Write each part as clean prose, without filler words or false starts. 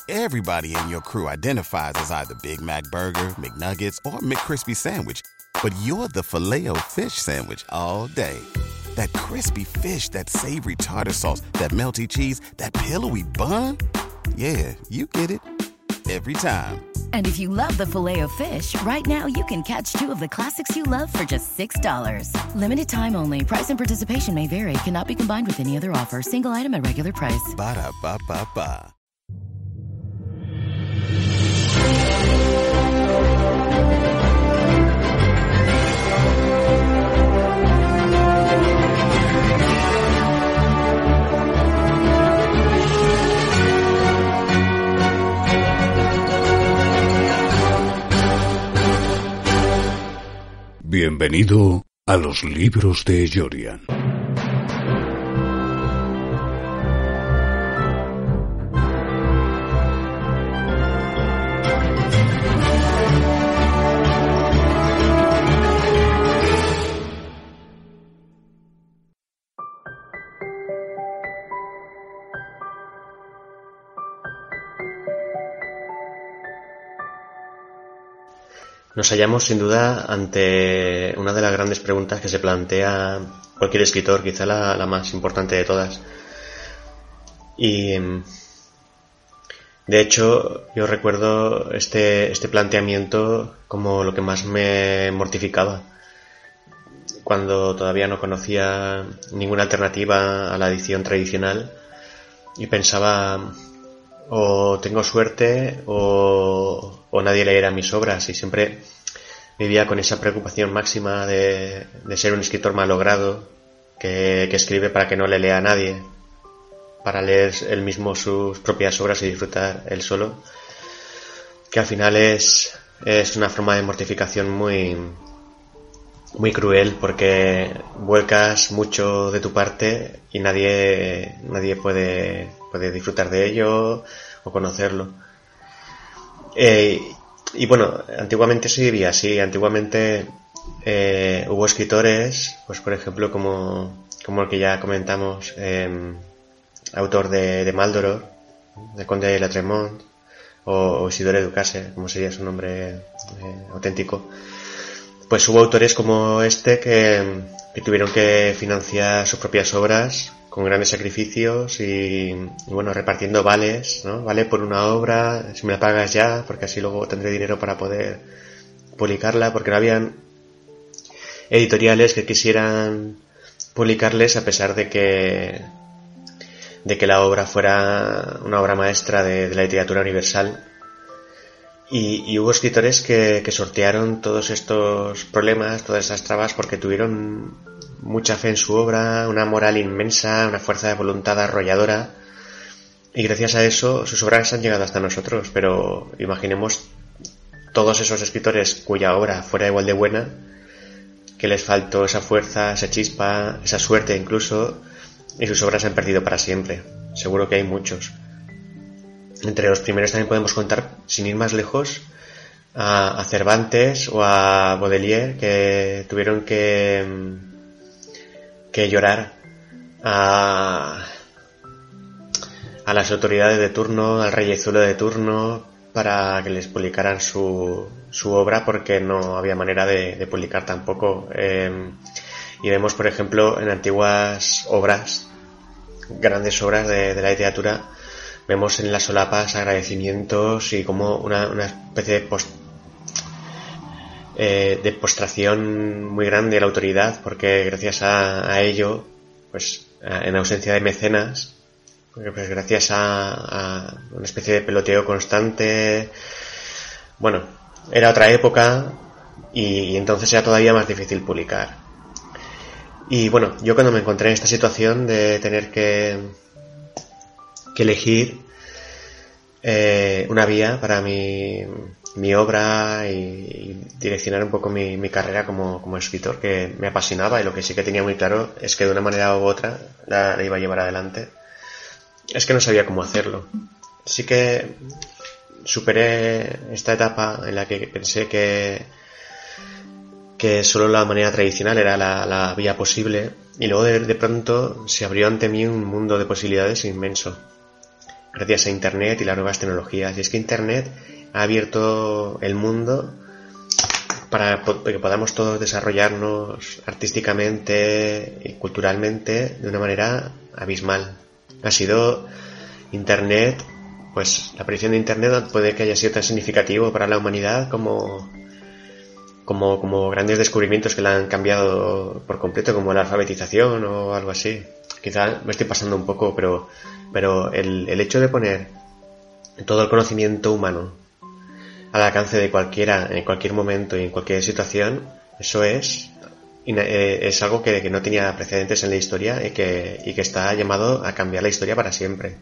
Everybody in your crew identifies as either Big Mac Burger, McNuggets, or McCrispy Sandwich. But you're the Filet-O-Fish Sandwich all day. That crispy fish, that savory tartar sauce, that melty cheese, that pillowy bun. Yeah, you get it. Every time. And if you love the Filet-O-Fish, right now you can catch two of the classics you love for just $6. Limited time only. Price and participation may vary. Cannot be combined with any other offer. Single item at regular price. Ba-da-ba-ba-ba. Bienvenido a los libros de Jorian. Nos hallamos sin duda ante una de las grandes preguntas que se plantea cualquier escritor, quizá la más importante de todas. Y de hecho yo recuerdo este planteamiento como lo que más me mortificaba cuando todavía no conocía ninguna alternativa a la edición tradicional y pensaba: o tengo suerte o nadie leerá mis obras, y siempre vivía con esa preocupación máxima de ser un escritor malogrado que escribe para que no le lea a nadie, para leer él mismo sus propias obras y disfrutar él solo, que al final es una forma de mortificación muy, muy cruel, porque vuelcas mucho de tu parte y nadie puede disfrutar de ello o conocerlo. Y bueno, antiguamente se vivía así. Antiguamente hubo escritores, pues por ejemplo como el que ya comentamos, autor de Maldoror, de Conde de Latremont, o Isidore Ducase, como sería su nombre auténtico. Pues hubo autores como este que tuvieron que financiar sus propias obras con grandes sacrificios y bueno, repartiendo vales, ¿no? Vale por una obra, si me la pagas ya, porque así luego tendré dinero para poder publicarla, porque no habían editoriales que quisieran publicarles a pesar de que la obra fuera una obra maestra de la literatura universal. Y hubo escritores que sortearon todos estos problemas, todas esas trabas, porque tuvieron mucha fe en su obra, una moral inmensa, una fuerza de voluntad arrolladora, y gracias a eso sus obras han llegado hasta nosotros. Pero imaginemos todos esos escritores cuya obra fuera igual de buena, que les faltó esa fuerza, esa chispa, esa suerte incluso, y sus obras se han perdido para siempre. Seguro que hay muchos. Entre los primeros también podemos contar, sin ir más lejos, a Cervantes o a Baudelaire, que tuvieron que llorar a las autoridades de turno, al reyezuelo de turno, para que les publicaran su obra, porque no había manera de publicar tampoco. Y vemos, por ejemplo, en antiguas obras, grandes obras de la literatura, vemos en las solapas agradecimientos y como una especie de postración muy grande a la autoridad, porque gracias a ello, pues en ausencia de mecenas, pues gracias a una especie de peloteo constante, bueno, era otra época y entonces era todavía más difícil publicar. Y bueno, yo cuando me encontré en esta situación de tener que elegir una vía para mi obra y direccionar un poco mi carrera como escritor, que me apasionaba, y lo que sí que tenía muy claro es que de una manera u otra la iba a llevar adelante, es que no sabía cómo hacerlo. Sí que superé esta etapa en la que pensé que solo la manera tradicional era la vía posible, y luego de pronto se abrió ante mí un mundo de posibilidades inmenso. gracias a Internet y las nuevas tecnologías. Y es que Internet ha abierto el mundo para que podamos todos desarrollarnos artísticamente y culturalmente de una manera abismal. Ha sido Internet, pues la aparición de Internet puede que haya sido tan significativo para la humanidad como grandes descubrimientos que la han cambiado por completo, como la alfabetización o algo así. Quizá me estoy pasando un poco, pero el hecho de poner todo el conocimiento humano al alcance de cualquiera, en cualquier momento y en cualquier situación, eso es algo que no tenía precedentes en la historia y que está llamado a cambiar la historia para siempre.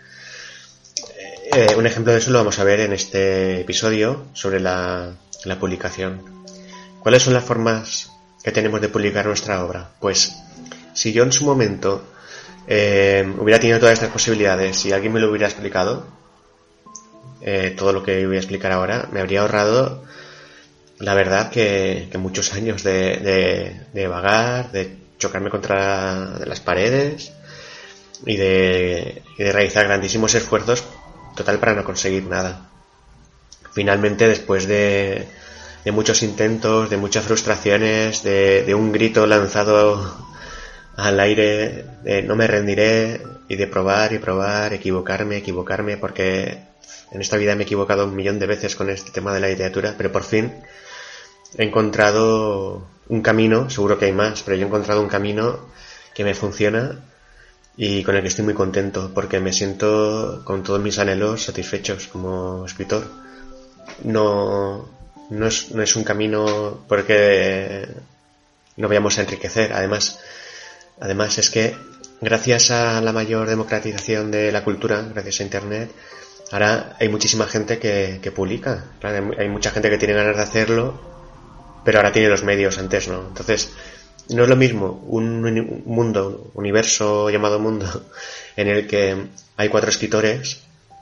Un ejemplo de eso lo vamos a ver en este episodio sobre la publicación. ¿Cuáles son las formas que tenemos de publicar nuestra obra? Pues si yo en su momento hubiera tenido todas estas posibilidades y alguien me lo hubiera explicado, todo lo que voy a explicar ahora, me habría ahorrado, la verdad, que muchos años de vagar, de chocarme contra las paredes y de realizar grandísimos esfuerzos total para no conseguir nada. Finalmente, después de muchos intentos, de muchas frustraciones, de un grito lanzado al aire, de no me rendiré, y de probar y probar, equivocarme, porque en esta vida me he equivocado 1.000.000 de veces con este tema de la literatura, pero por fin he encontrado un camino, seguro que hay más, pero yo he encontrado un camino que me funciona y con el que estoy muy contento, porque me siento con todos mis anhelos satisfechos como escritor. No es un camino porque no vayamos a enriquecer. Además es que gracias a la mayor democratización de la cultura, gracias a Internet, ahora hay muchísima gente que publica. Claro, hay mucha gente que tiene ganas de hacerlo, pero ahora tiene los medios, antes no. Entonces, no es lo mismo un universo llamado mundo, en el que hay 4 escritores,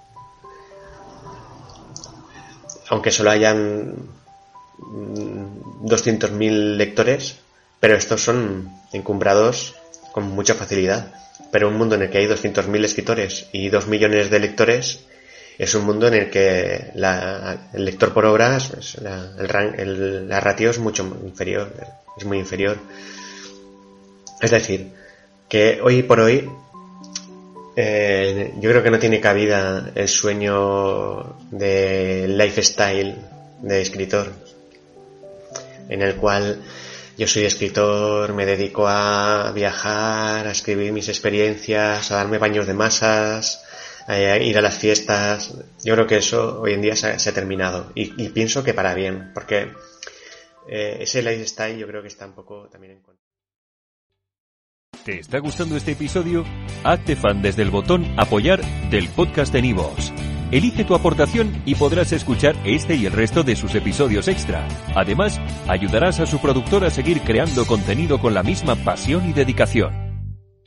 aunque solo hayan 200.000 lectores, pero estos son encumbrados con mucha facilidad. Pero un mundo en el que hay 200.000 escritores y 2 millones de lectores es un mundo en el que el lector por obra, la ratio es mucho inferior, es muy inferior. Es decir, que hoy por hoy yo creo que no tiene cabida el sueño de lifestyle de escritor, en el cual yo soy escritor, me dedico a viajar, a escribir mis experiencias, a darme baños de masas, a ir a las fiestas. Yo creo que eso hoy en día se ha terminado y pienso que para bien, porque ese lifestyle yo creo que está un poco también en contra. ¿Te está gustando este episodio? Hazte fan desde el botón Apoyar del podcast de Nivos. Elige tu aportación y podrás escuchar este y el resto de sus episodios extra. Además, ayudarás a su productor a seguir creando contenido con la misma pasión y dedicación.